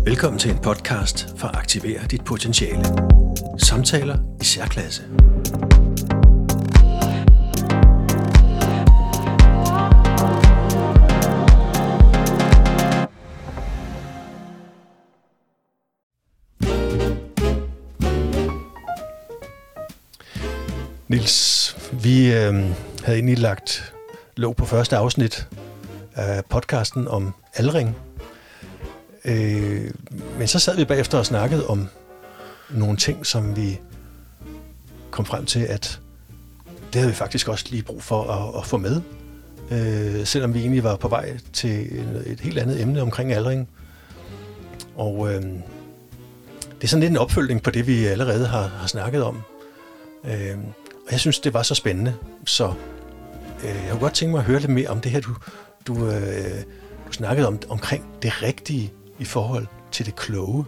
Velkommen til en podcast for at aktivere dit potentiale. Samtaler i særklasse. Niels, vi havde egentlig lagt låg på første afsnit af podcasten om aldring. Men så sad vi bagefter og snakkede om nogle ting, som vi kom frem til, at det havde vi faktisk også lige brug for at få med. Selvom vi egentlig var på vej til et helt andet emne omkring aldring. Og det er sådan lidt en opfølgning på det, vi allerede har snakket om. Og jeg synes, det var så spændende, så jeg kunne godt tænke mig at høre lidt mere om det her, du snakkede omkring det rigtige i forhold til det kloge.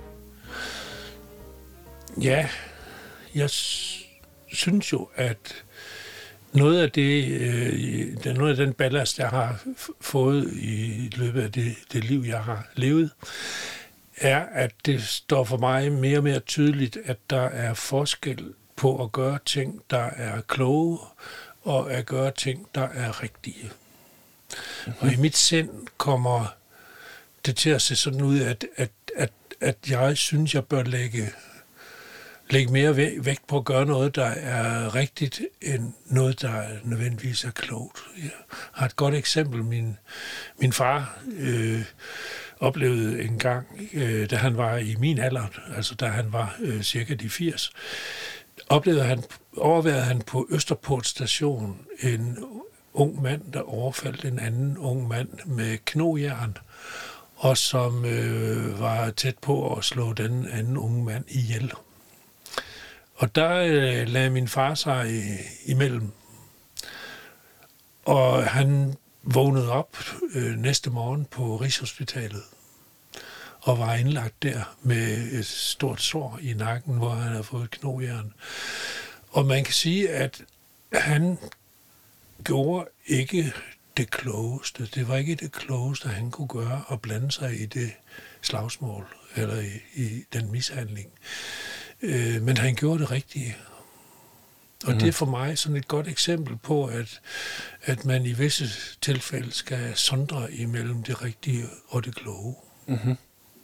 Ja, jeg synes jo, at noget af den ballast, jeg har fået i løbet af det liv, jeg har levet, er, at det står for mig mere og mere tydeligt, at der er forskel på at gøre ting, der er kloge, og at gøre ting, der er rigtige. Mm-hmm. Og i mit sind kommer det til at se sådan ud, at jeg synes, jeg bør lægge mere vægt på at gøre noget, der er rigtigt, end noget, der nødvendigvis er klogt. Jeg har et godt eksempel. Min far oplevede en gang, da han var i min alder, altså da han var cirka de 80, overværede han på Østerport station en ung mand, der overfaldt en anden ung mand med knogjern, og som var tæt på at slå den anden unge mand ihjel. Og der lagde min far sig imellem, og han vågnede op næste morgen på Rigshospitalet, og var indlagt der med et stort sår i nakken, hvor han havde fået knogjern. Og man kan sige, at han gjorde ikke det klogeste. Det var ikke det klogeste, han kunne gøre, at blande sig i det slagsmål, eller i den mishandling. Men han gjorde det rigtige. Og det er for mig sådan et godt eksempel på, at man i visse tilfælde skal sondre imellem det rigtige og det kloge. Mm-hmm.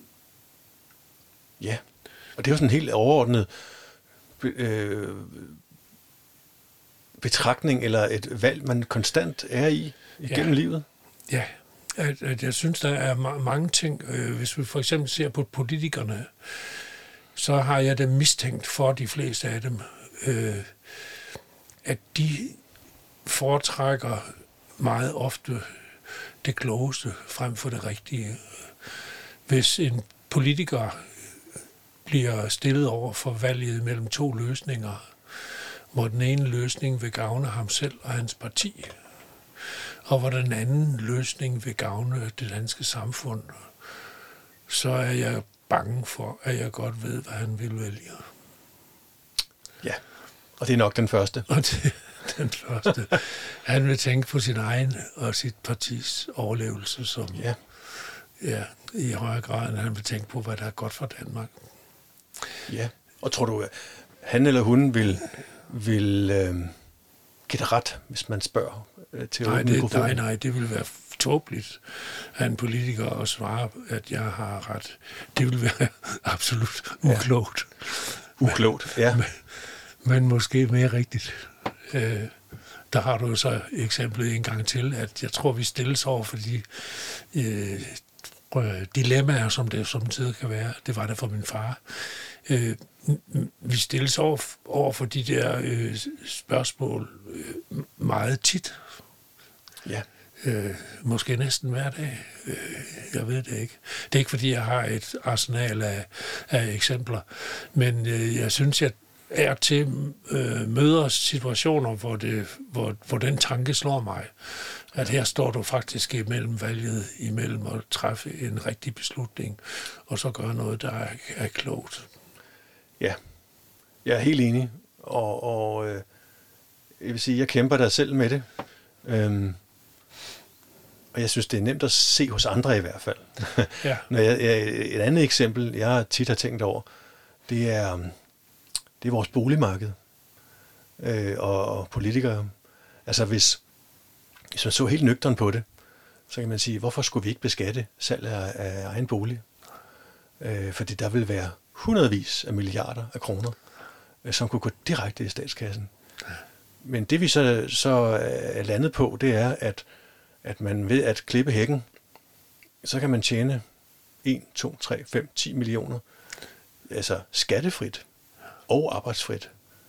Ja, og det er jo sådan en helt overordnet betragtning, eller et valg, man konstant er igennem livet. Ja, at jeg synes, der er mange ting. Hvis vi for eksempel ser på politikerne, så har jeg dem mistænkt for de fleste af dem, at de foretrækker meget ofte det klogeste frem for det rigtige. Hvis en politiker bliver stillet over for valget mellem to løsninger, hvor den ene løsning vil gavne ham selv og hans parti, og hvor den anden løsning vil gavne det danske samfund, så er jeg bange for, at jeg godt ved, hvad han vil vælge. Ja, og det er nok den første. Og det er den første. Han vil tænke på sin egen og sit partis overlevelse, som i højere grad, end han vil tænke på, hvad der er godt for Danmark. Ja, og tror du, at han eller hun vil give det ret, hvis man spørger til mikrofonen? Nej, det vil være tåbeligt af en politiker at svare, at jeg har ret. Det vil være absolut uklogt. Uklogt, ja. Men måske mere rigtigt. Der har du jo så eksemplet en gang til, at jeg tror, vi stilles over for de dilemmaer, som det samtidig kan være. Det var det for min far. Vi stilles over for de der spørgsmål meget tit. Ja. Måske næsten hver dag. Jeg ved det ikke. Det er ikke, fordi jeg har et arsenal af eksempler, men jeg synes, jeg er til møder situationer, hvor den tanke slår mig, at her står du faktisk imellem valget, imellem at træffe en rigtig beslutning, og så gøre noget, der er klogt. Ja, jeg er helt enig, og jeg vil sige, jeg kæmper der selv med det. Og jeg synes, det er nemt at se hos andre i hvert fald. Ja. Et andet eksempel, jeg tit har tænkt over, det er vores boligmarked og politikere. Altså hvis man så helt nøgteren på det, så kan man sige, hvorfor skulle vi ikke beskatte salg af egen bolig? Fordi der vil være hundredvis af milliarder af kroner, som kunne gå direkte i statskassen. Men det vi så er landet på, det er, at man ved at klippe hækken, så kan man tjene 1, 2, 3, 5, 10 millioner, altså skattefrit og arbejdsfrit.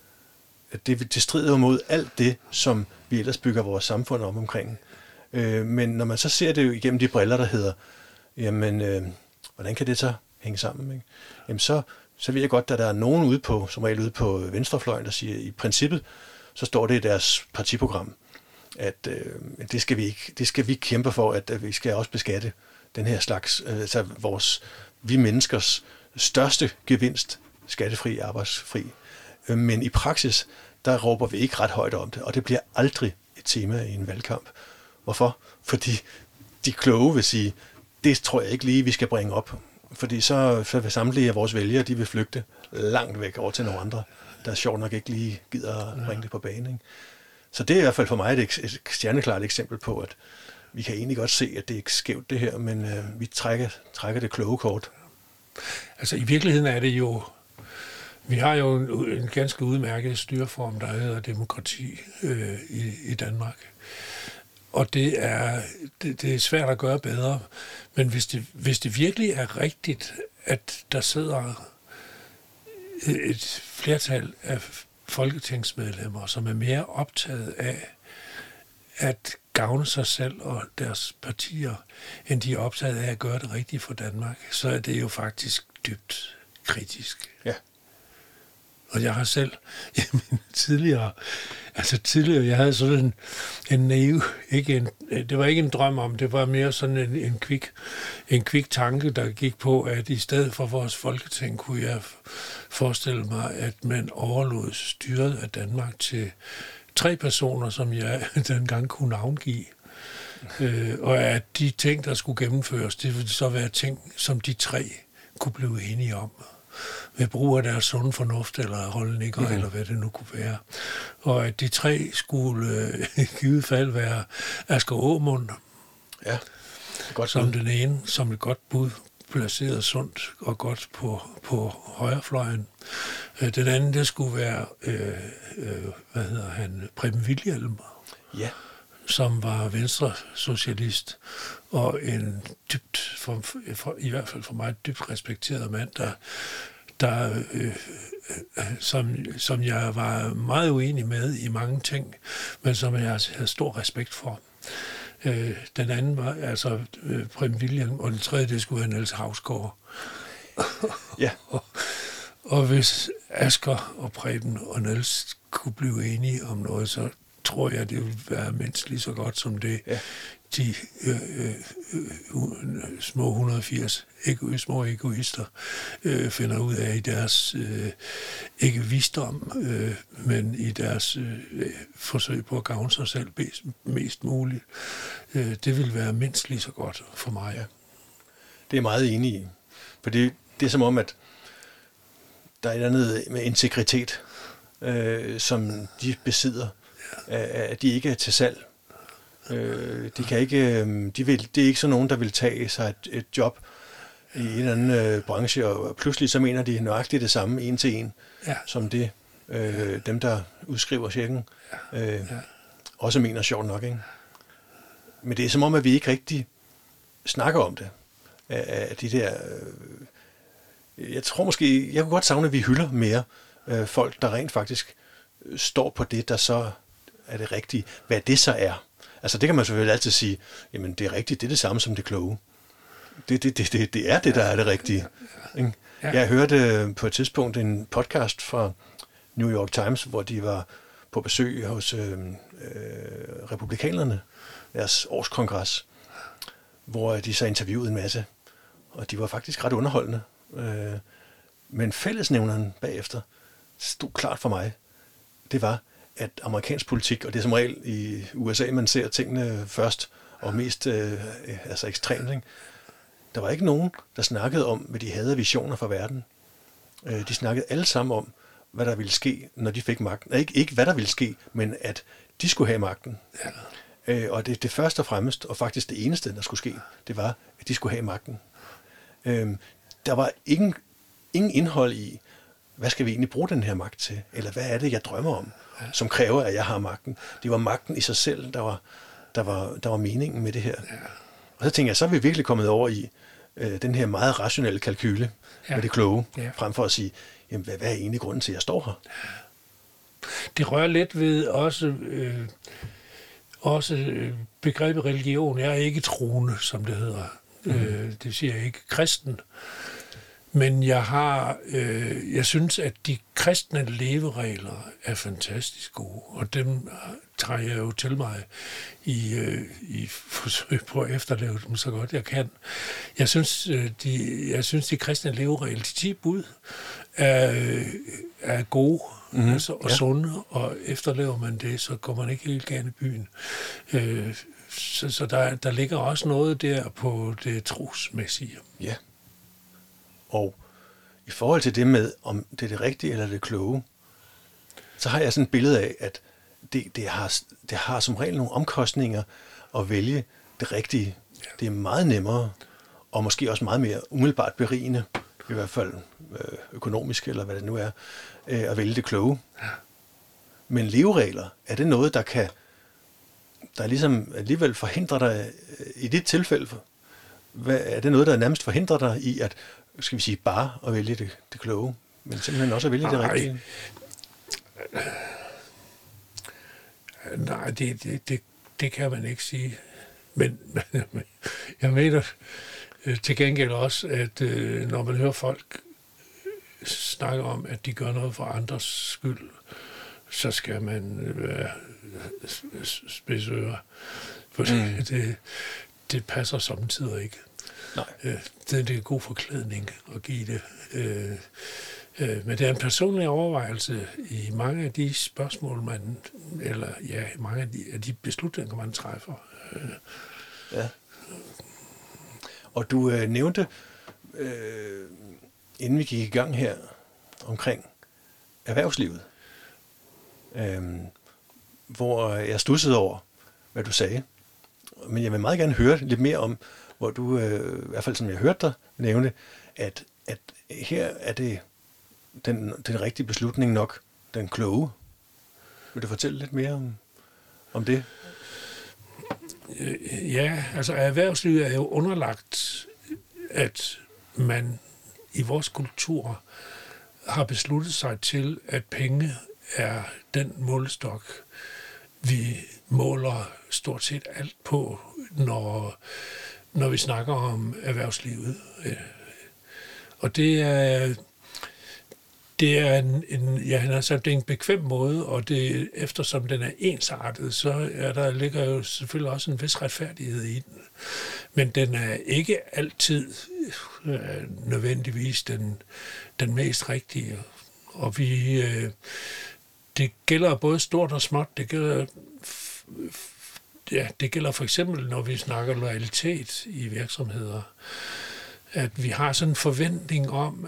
Det strider jo mod alt det, som vi ellers bygger vores samfund omkring. Men når man så ser det jo igennem de briller, der hedder, jamen, hvordan kan det så hænge sammen? Ikke? Jamen, så ved jeg godt, at der er nogen ude på, som regel ude på venstrefløjen, der siger, i princippet, så står det i deres partiprogram, at det skal vi kæmpe for, at vi skal også beskatte den her slags, altså vi menneskers største gevinst, skattefri, arbejdsfri. Men i praksis, der råber vi ikke ret højt om det, og det bliver aldrig et tema i en valgkamp. Hvorfor? Fordi de kloge vil sige, det tror jeg ikke lige, vi skal bringe op. Fordi så vil samtlige af vores vælgere, de vil flygte langt væk over til nogle andre, der sjovt nok ikke lige gider at bringe det på banen. Ikke? Så det er i hvert fald for mig et stjerneklart eksempel på, at vi kan egentlig godt se, at det er ikke skævt det her, men vi trækker det kloge kort. Altså i virkeligheden er det jo, vi har jo en ganske udmærket styreform, der hedder demokrati i Danmark. Og det er svært at gøre bedre. Men hvis det virkelig er rigtigt, at der sidder et flertal af folketingsmedlemmer, som er mere optaget af at gavne sig selv og deres partier, end de er optaget af at gøre det rigtigt for Danmark, så er det jo faktisk dybt kritisk. Ja. Og jeg har selv, tidligere, jeg havde sådan en naiv, det var ikke en drøm om, det var mere sådan en kvik tanke, der gik på, at i stedet for vores folketing, kunne jeg forestille mig, at man overlod styret af Danmark til 3 personer, som jeg dengang kunne navngive. Og at de ting, der skulle gennemføres, det ville så være ting, som de 3 kunne blive enige om. Ved brug af deres sunde fornuft eller holdninger, eller hvad det nu kunne være. Og at de 3 skulle i givet fald være Asger Aamund, ja, godt som den ene, som et godt bud, placeret sundt og godt på højrefløjen. Den anden, det skulle være, Preben Wilhjelm, ja, som var venstresocialist, og en dybt, i hvert fald for mig, dybt respekteret mand, som jeg var meget uenig med i mange ting, men som jeg havde stor respekt for. Den anden var altså Preben Wilhjelm, og den tredje, det skulle være Niels Hausgaard. Ja. Og hvis Asger og Preben og Niels kunne blive enige om noget, så tror jeg, det ville være mindst lige så godt som det, ja. De små 180 små egoister finder ud af i deres ikke visdom, men i deres forsøg på at gavne sig selv mest muligt. Det vil være mindst lige så godt for mig. Ja. Det er jeg meget enig i. For det er som om, at der er et andet med integritet, som de besidder, at de ikke er til salg. De kan ikke, det er ikke sådan nogen, der vil tage sig et job i en eller anden branche, og pludselig så mener de nøjagtigt det samme en til en, som det dem, der udskriver checken, også mener sjovt nok. Ikke? Men det er som om, at vi ikke rigtig snakker om det. Af de der, jeg tror måske, jeg kunne godt savne, at vi hylder mere folk, der rent faktisk står på det, der så er det rigtige. Hvad det så er. Altså det kan man selvfølgelig altid sige, jamen det er rigtigt, det er det samme som det kloge. Det er det, der er det rigtige. Ja. Jeg hørte på et tidspunkt en podcast fra New York Times, hvor de var på besøg hos republikanerne, deres årskongres, hvor de så interviewede en masse, og de var faktisk ret underholdende. Men fællesnævneren bagefter stod klart for mig, det var, at amerikansk politik, og det er som regel i USA, man ser tingene først, og mest ekstremt. Ikke? Der var ikke nogen, der snakkede om, hvad de havde af visioner for verden. De snakkede alle sammen om, hvad der ville ske, når de fik magten. Ikke hvad der ville ske, men at de skulle have magten. Ja. Og det første og fremmest, og faktisk det eneste, der skulle ske, det var, at de skulle have magten. Der var ingen indhold i, hvad skal vi egentlig bruge den her magt til? Eller hvad er det, jeg drømmer om, som kræver, at jeg har magten? Det var magten i sig selv, der var meningen med det her. Ja. Og så tænker jeg, så er vi virkelig kommet over i den her meget rationelle kalkyle med det kloge, frem for at sige, jamen, hvad er egentlig grunden til, at jeg står her? Det rører lidt ved også begrebet religion. Jeg er ikke troende, som det hedder. Det siger jeg ikke kristen. Men jeg synes, at de kristne leveregler er fantastisk gode, og dem tager jeg jo til mig i forsøg på at efterleve dem så godt jeg kan. Jeg synes, de kristne leveregler, de 10 bud, er gode og sunde, og efterlever man det, så går man ikke helt galt i byen. Så der ligger også noget der på det trosmæssige. Ja. Og i forhold til det med, om det er det rigtige eller det kloge, så har jeg sådan et billede af, at det har som regel nogle omkostninger at vælge det rigtige. Ja. Det er meget nemmere, og måske også meget mere umiddelbart berigende, i hvert fald økonomisk, eller hvad det nu er, at vælge det kloge. Ja. Men leveregler, er det noget, der ligesom alligevel forhindrer dig i dit tilfælde? Er det noget, der nærmest forhindrer dig i at, skal vi sige, bare at vælge det kloge, men simpelthen også at vælge det rigtige? Nej, det kan man ikke sige. Men jeg mener til gengæld også, at når man hører folk snakke om, at de gør noget for andres skyld, så skal man være spidsører. For det passer samtidig ikke. Nej. Det er god forklædning at give det. Men det er en personlig overvejelse i mange af de spørgsmål, mange af de beslutninger, man træffer. Ja. Og du nævnte, inden vi gik i gang her, omkring erhvervslivet, hvor jeg studsede over, hvad du sagde. Men jeg vil meget gerne høre lidt mere om, hvor du, i hvert fald som jeg hørte dig nævne, at her er det den rigtige beslutning nok, den kloge. Vil du fortælle lidt mere om det? Ja, altså erhvervslivet er jo underlagt, at man i vores kultur har besluttet sig til, at penge er den målestok, vi måler stort set alt på, når vi snakker om erhvervslivet. Og det er en bekvem måde, og det, eftersom den er ensartet, så ligger jo selvfølgelig også en vis retfærdighed i den. Men den er ikke altid nødvendigvis den mest rigtige. Og det gælder både stort og småt. Det gælder for eksempel, når vi snakker loyalitet i virksomheder, at vi har sådan en forventning om,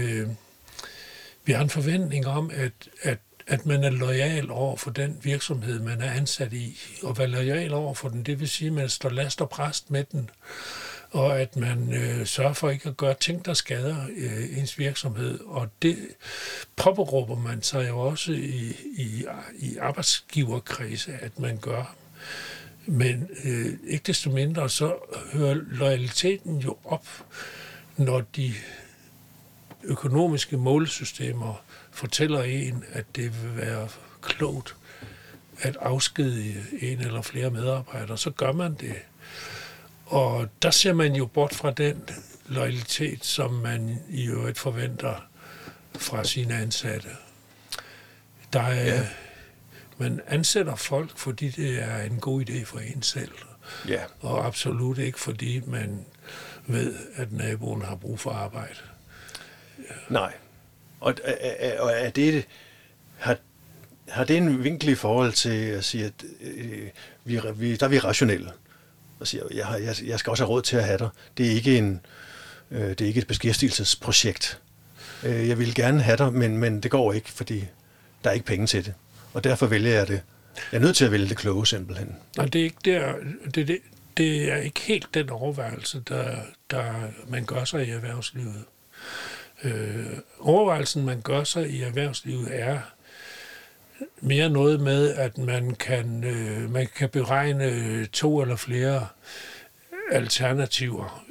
at man er loyal over for den virksomhed, man er ansat i. Og være loyal over for den, det vil sige, at man står last og brast med den, og at man sørger for ikke at gøre ting, der skader ens virksomhed. Og det påberåber man sig jo også i arbejdsgiverkredse, at man gør. Men ikke desto mindre, så hører loyaliteten jo op, når de økonomiske målesystemer fortæller en, at det vil være klogt at afskedige en eller flere medarbejdere, så gør man det. Og der ser man jo bort fra den loyalitet, som man i øvrigt forventer fra sine ansatte. Man ansætter folk, fordi det er en god idé for en selv. Ja. Og absolut ikke, fordi man ved, at naboen har brug for arbejde. Ja. Nej. Og er det, har det en vinkel i forhold til at sige, at der er vi rationelle? og siger, jeg skal også have råd til at have dig. Det er ikke et beskæftigelsesprojekt. Jeg vil gerne have dig, men det går ikke, fordi der er ikke penge til det. Og derfor vælger jeg det. Jeg er nødt til at vælge det kloge, simpelthen. Nej, det er ikke der. Det er ikke helt den overvejelse, der man gør sig i erhvervslivet. Overvejelsen, man gør sig i erhvervslivet, er mere noget med, at man kan beregne 2 eller flere alternativer.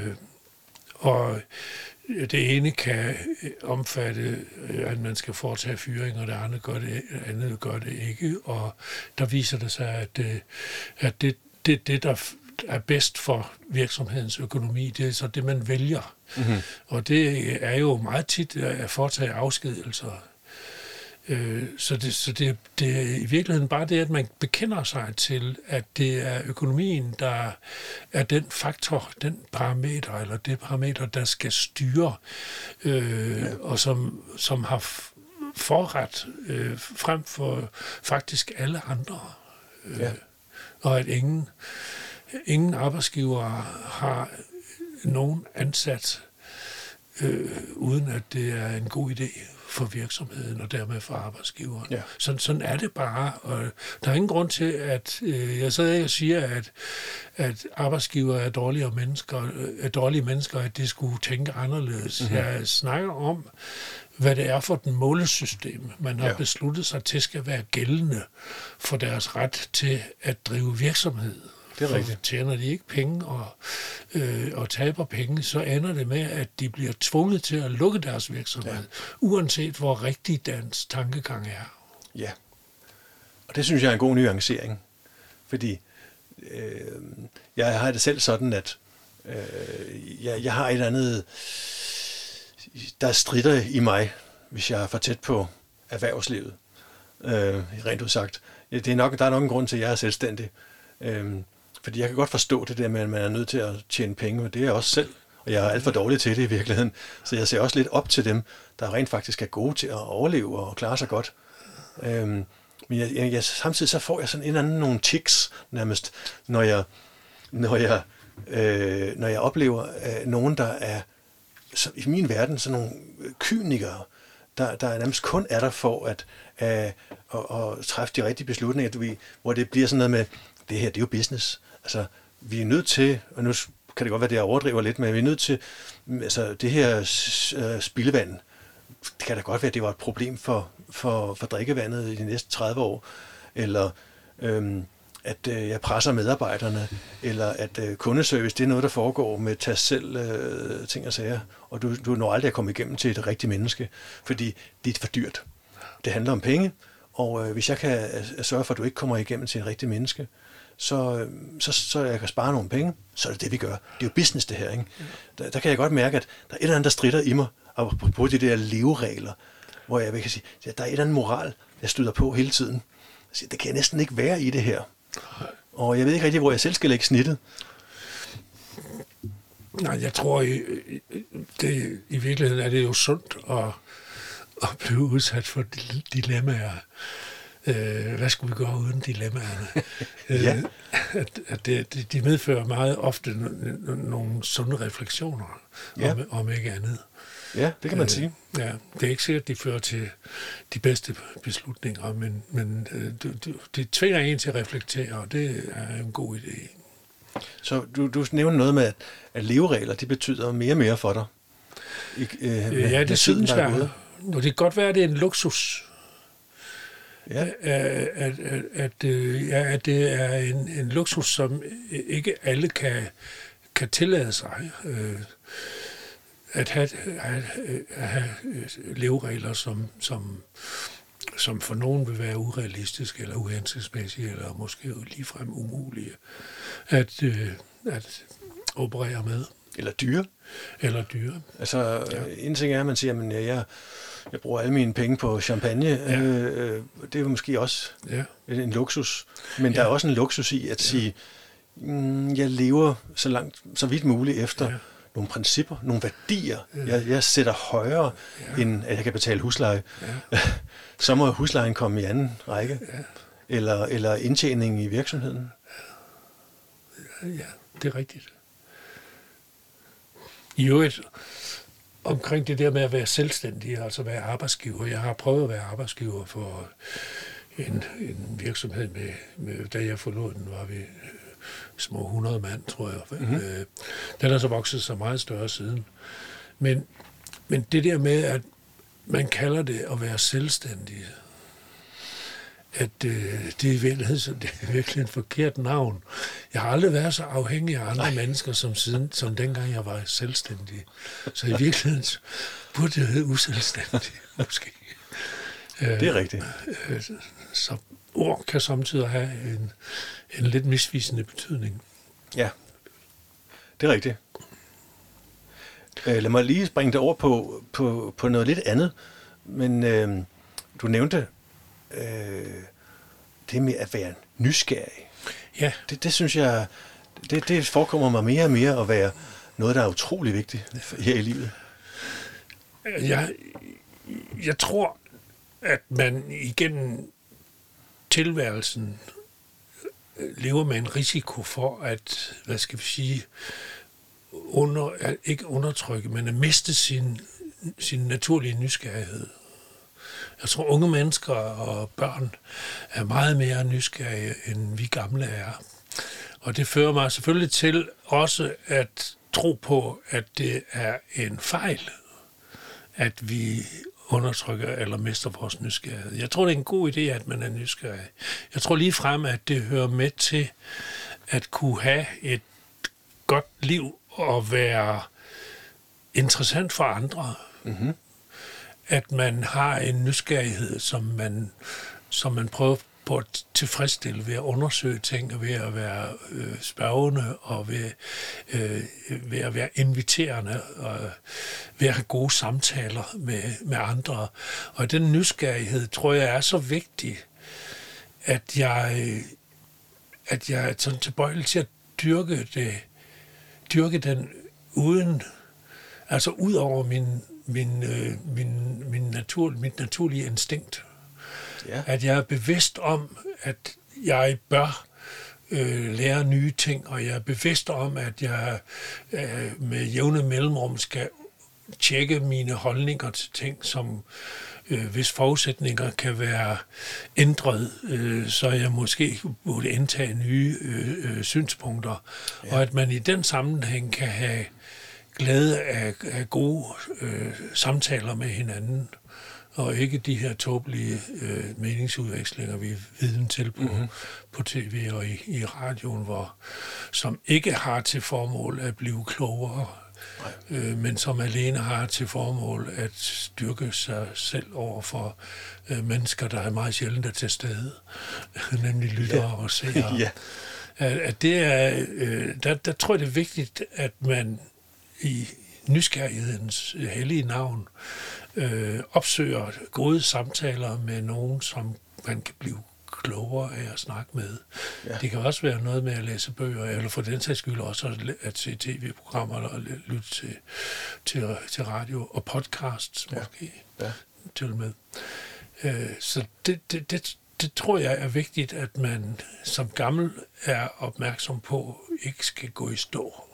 Og det ene kan omfatte, at man skal foretage fyring, og det andet gør det ikke. Og der viser det sig, at det der er bedst for virksomhedens økonomi, det er så det, man vælger. Mm-hmm. Og det er jo meget tit at foretage afskedelser. Så det er i virkeligheden bare det, at man bekender sig til, at det er økonomien, der er den faktor, den parameter, eller det parameter, der skal styre, og som har forret frem for faktisk alle andre. Og at ingen arbejdsgiver har nogen ansat, uden at det er en god idé for virksomheden og dermed for arbejdsgiveren. Ja. Sådan er det bare, og der er ingen grund til, at jeg sidder ikke og siger, at arbejdsgiver er dårlige mennesker, at de skulle tænke anderledes. Mm-hmm. Jeg snakker om, hvad det er for den målesystem, man har besluttet sig til, skal være gældende for deres ret til at drive virksomhed. Det er rigtigt. Tjener de ikke penge og taber penge, så ender det med, at de bliver tvunget til at lukke deres virksomhed, uanset hvor rigtig deres tankegang er. Ja, og det synes jeg er en god nuancering, fordi jeg har det selv sådan, at jeg har et eller andet, der stritter i mig, hvis jeg er for tæt på erhvervslivet, rent udsagt. Der er nok en grund til, at jeg er selvstændig. Fordi jeg kan godt forstå det der med, at man er nødt til at tjene penge, og det er jeg også selv. Og jeg er alt for dårlig til det i virkeligheden. Så jeg ser også lidt op til dem, der rent faktisk er gode til at overleve og klare sig godt. Men samtidig så får jeg sådan en eller anden nogle tics nærmest, når jeg oplever nogen, der er i min verden sådan nogle kynikere, der nærmest kun er der for at træffe de rigtige beslutninger, hvor det bliver sådan noget med, det her, det er jo business. Altså, vi er nødt til, og nu kan det godt være, det jeg overdriver lidt, men vi er nødt til, altså det her spildevand, det kan da godt være, at det var et problem for drikkevandet i de næste 30 år, eller at jeg presser medarbejderne, eller at kundeservice, det er noget, der foregår med tag selv ting og sager, og du når aldrig at komme igennem til et rigtigt menneske, fordi det er for dyrt. Det handler om penge, og hvis jeg kan sørge for, at du ikke kommer igennem til et rigtigt menneske, så jeg kan spare nogle penge, så er det det, vi gør. Det er jo business, det her, ikke? Der kan jeg godt mærke, at der er et eller andet, der stritter i mig, apropos de der leveregler, hvor jeg kan sige, at der er et eller andet moral, jeg støder på hele tiden. Det kan jeg næsten ikke være i det her. Og jeg ved ikke rigtig, hvor jeg selv skal lægge snittet. Nej, jeg tror, i virkeligheden er det jo sundt at blive udsat for dilemmaer. Hvad skulle vi gøre uden dilemmaerne? At de medfører meget ofte nogle sunde refleksioner, om ikke andet. Ja, det kan man sige. Ja, det er ikke sikkert, at de fører til de bedste beslutninger, men de tvinger en til at reflektere, og det er en god idé. Så du nævner noget med, at leveregler, de betyder mere og mere for dig? Ja, det synes jeg. Og det kan godt være, at det er en luksus. Ja. At det er en luksus, som ikke alle kan tillade sig. At have leveregler, som for nogen vil være urealistiske eller uhensigtsmæssige, eller måske ligefrem umulige at operere med. Eller dyre. Altså, en ting er, at man siger, at jeg bruger alle mine penge på champagne. Det er jo måske også en luksus. Men der er også en luksus i at sige, jeg lever så vidt muligt efter nogle principper, nogle værdier. Jeg sætter højere, end at jeg kan betale husleje. Så må huslejen komme i anden række. Eller indtjeningen i virksomheden. det er rigtigt. I øvrigt, omkring det der med at være selvstændig, altså være arbejdsgiver. Jeg har prøvet at være arbejdsgiver for en virksomhed, da jeg forlod den, var vi små 100 mand, tror jeg. Mm-hmm. Den har så vokset så meget større siden. Men det der med, at man kalder det at være selvstændig, at det er virkelig et forkert navn. Jeg har aldrig været så afhængig af andre mennesker, som dengang jeg var selvstændig. Så i virkeligheden burde jeg hedde uselvstændig, måske. Det er rigtigt. Så ord kan samtidig have en lidt misvisende betydning. Ja, det er rigtigt. Lad mig lige springe det over på noget lidt andet. Men du nævnte det med at være nysgerrig. Ja. Det synes jeg, det forekommer mig mere og mere at være noget, der er utrolig vigtigt her i livet. Jeg tror, at man igennem tilværelsen lever med en risiko for at, hvad skal vi sige, ikke undertrykke, men at miste sin naturlige nysgerrighed. Jeg tror, unge mennesker og børn er meget mere nysgerrige, end vi gamle er. Og det fører mig selvfølgelig til også at tro på, at det er en fejl, at vi undertrykker eller mister vores nysgerrighed. Jeg tror, det er en god idé, at man er nysgerrig. Jeg tror lige frem, at det hører med til at kunne have et godt liv og være interessant for andre. Mm-hmm. At man har en nysgerrighed, som man prøver på at tilfredsstille ved at undersøge ting, og ved at være spørgende, og ved at være inviterende, og ved at have gode samtaler med andre. Og den nysgerrighed, tror jeg, er så vigtig, at jeg er sådan tilbøjelig til at dyrke den uden, altså ud over mit naturlige instinkt. Ja. At jeg er bevidst om, at jeg bør lære nye ting, og jeg er bevidst om, at jeg med jævne mellemrum skal tjekke mine holdninger til ting, som hvis forudsætninger kan være ændret, så jeg måske burde indtage nye synspunkter. Ja. Og at man i den sammenhæng kan have glæde af gode samtaler med hinanden, og ikke de her tåbelige meningsudvekslinger, vi er viden til på tv og i radioen, som ikke har til formål at blive klogere, men som alene har til formål at styrke sig selv over for mennesker, der er meget sjældent er til stede, nemlig lyttere og seere. Ja. At det er, der tror jeg, det er vigtigt, at man i nysgerrighedens hellige navn opsøger gode samtaler med nogen, som man kan blive klogere af at snakke med. Ja. Det kan også være noget med at læse bøger, eller for den sags skyld også at se tv-programmer, eller lytte til radio og podcasts måske, til med. Så det tror jeg er vigtigt, at man som gammel er opmærksom på, ikke skal gå i stå.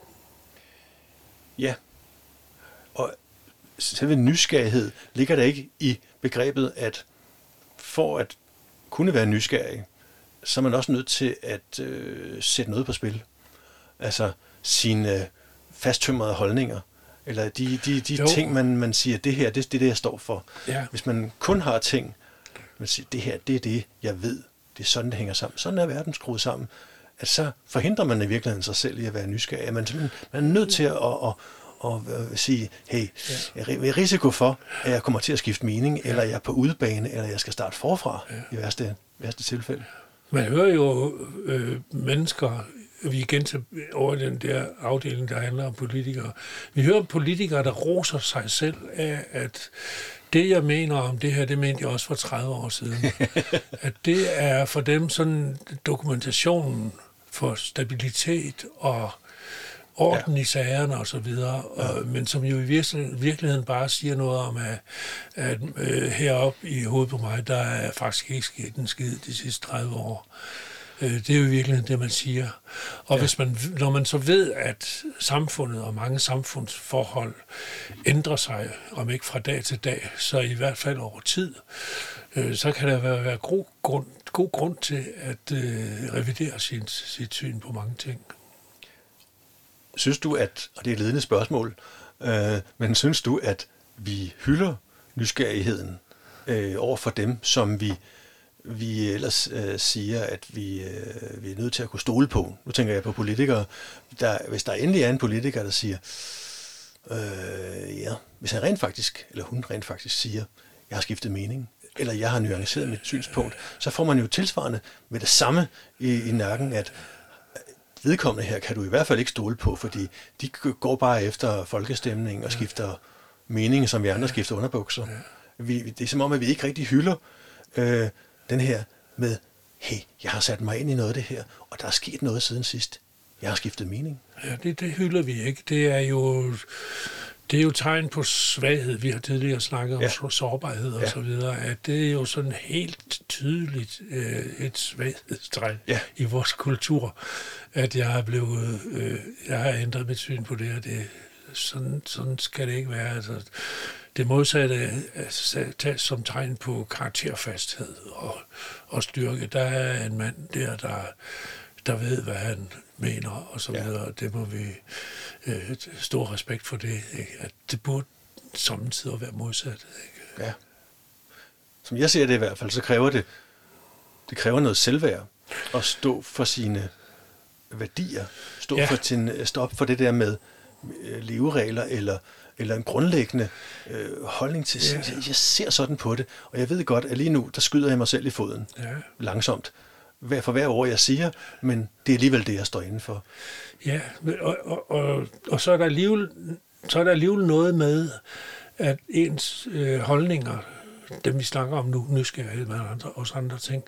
Ja, og selve nysgerrighed ligger der ikke i begrebet, at for at kunne være nysgerrig, så er man også nødt til at sætte noget på spil. Altså sine fasttømrede holdninger, eller de ting, man siger, det her, det er det, jeg står for. Ja. Hvis man kun har ting, man siger, det her, det er det, jeg ved, det er sådan, det hænger sammen. Sådan er verden skruet sammen. At så forhindrer man i virkeligheden sig selv i at være nysgerrig. Man er nødt til at sige, hey, jeg er risiko for, at jeg kommer til at skifte mening, eller jeg er på udebane, eller jeg skal starte forfra i værste tilfælde. Man hører jo mennesker, vi igen til over den der afdeling, der handler om politikere. Vi hører politikere, der roser sig selv af, at det, jeg mener om det her, det mente jeg også for 30 år siden. At det er for dem sådan dokumentation for stabilitet og orden i sagerne og så videre, men som jo i virkeligheden bare siger noget om, at heroppe i hovedet på mig, der er faktisk ikke sket en skid de sidste 30 år. Det er jo virkelig det, man siger. Og når man så ved, at samfundet og mange samfundsforhold ændrer sig, om ikke fra dag til dag, så i hvert fald over tid, så kan der være god grund til at revidere sit syn på mange ting. Synes du, og det er et ledende spørgsmål, men synes du, at vi hylder nysgerrigheden over for dem, som vi ellers siger, at vi er nødt til at kunne stole på? Nu tænker jeg på politikere. Hvis der endelig er en politiker, der siger, hvis han rent faktisk, eller hun rent faktisk siger, jeg har skiftet mening, eller jeg har nuanceret mit synspunkt, så får man jo tilsvarende med det samme i nakken, at vedkommende her kan du i hvert fald ikke stole på, fordi de går bare efter folkestemning og skifter mening, som vi andre skifter underbukser. Ja. Det er som om, at vi ikke rigtig hylder den her med, hey, jeg har sat mig ind i noget af det her, og der er sket noget siden sidst. Jeg har skiftet mening. Ja, det hylder vi ikke. Det er jo tegn på svaghed. Vi har tidligere snakket om sårbarhed og så videre, at det er jo sådan helt tydeligt et svaghedstegn i vores kultur, at jeg har ændret mit syn på det, og det sådan skal det ikke være. Altså, det modsatte tages som tegn på karakterfasthed og styrke. Der er en mand der ved, hvad han mener, og så videre. Det må vi stor respekt for det, ikke? At det burde samtidig være modsat. Ikke? Ja. Som jeg ser det i hvert fald, så kræver det noget selvværd at stå for sine værdier, stå op for det der med leveregler eller en grundlæggende holdning til. Jeg ser sådan på det, og jeg ved godt, at lige nu, der skyder jeg mig selv i foden langsomt. For hver ord, jeg siger, men det er alligevel det, jeg står inden for. Ja, og så er der alligevel noget med, at ens holdninger, dem vi snakker om nu, nysgerrighed med andre ting,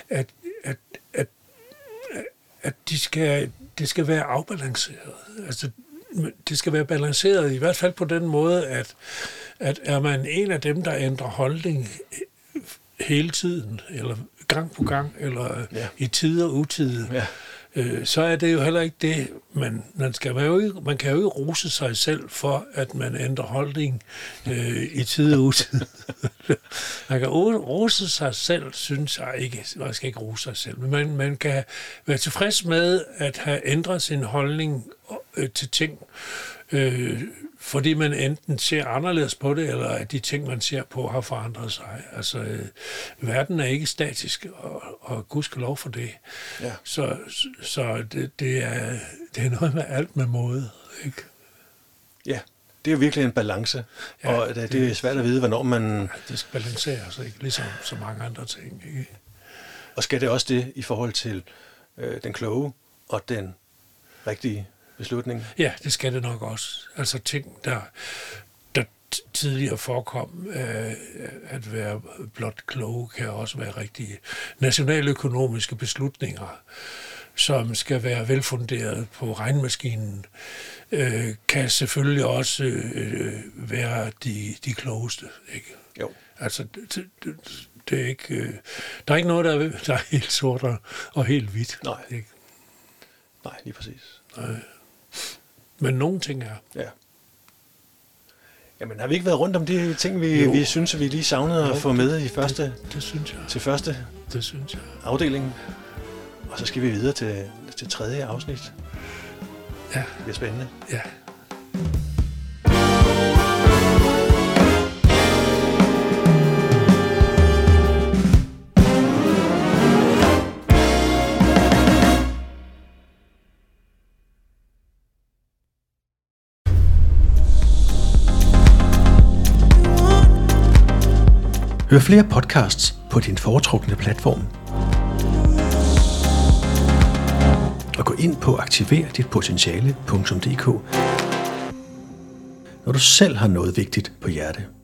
at det skal være afbalanceret. Altså, det skal være balanceret, i hvert fald på den måde, at er man en af dem, der ændrer holdning hele tiden, eller gang på gang, eller i tid og utid, så er det jo heller ikke det, man kan jo ikke rose sig selv for, at man ændrer holdning i tid og utid. Man kan rose sig selv, synes jeg ikke. Man skal ikke rose sig selv, men man kan være tilfreds med at have ændret sin holdning til ting, fordi man enten ser anderledes på det, eller at de ting, man ser på, har forandret sig. Altså, verden er ikke statisk, og gudskelov for det. Ja. Så det er noget med alt med måde, ikke? Ja, det er jo virkelig en balance, og det er svært at vide, hvornår man... Ja, det skal balanceres, ikke? Ligesom så mange andre ting, ikke? Og skal det også det i forhold til den kloge og den rigtige beslutning? Ja, det skal det nok også. Altså ting, der tidligere forekom at være blot kloge, kan også være rigtige nationaløkonomiske beslutninger, som skal være velfunderet på regnmaskinen, kan selvfølgelig også være de klogeste, ikke? Jo. Altså, det er ikke... der er ikke noget, der er helt sort og helt hvidt. Nej. Ikke? Nej, lige præcis. Nej. Men nogle ting er. Ja. Jamen, har vi ikke været rundt om de ting, vi synes, at vi lige savnede at få med i første... Det synes jeg. Til første afdeling. Og så skal vi videre til tredje afsnit. Ja. Det bliver spændende. Ja. Hør flere podcasts på din foretrukne platform. Og gå ind på aktiverditpotentiale.dk, når du selv har noget vigtigt på hjerte.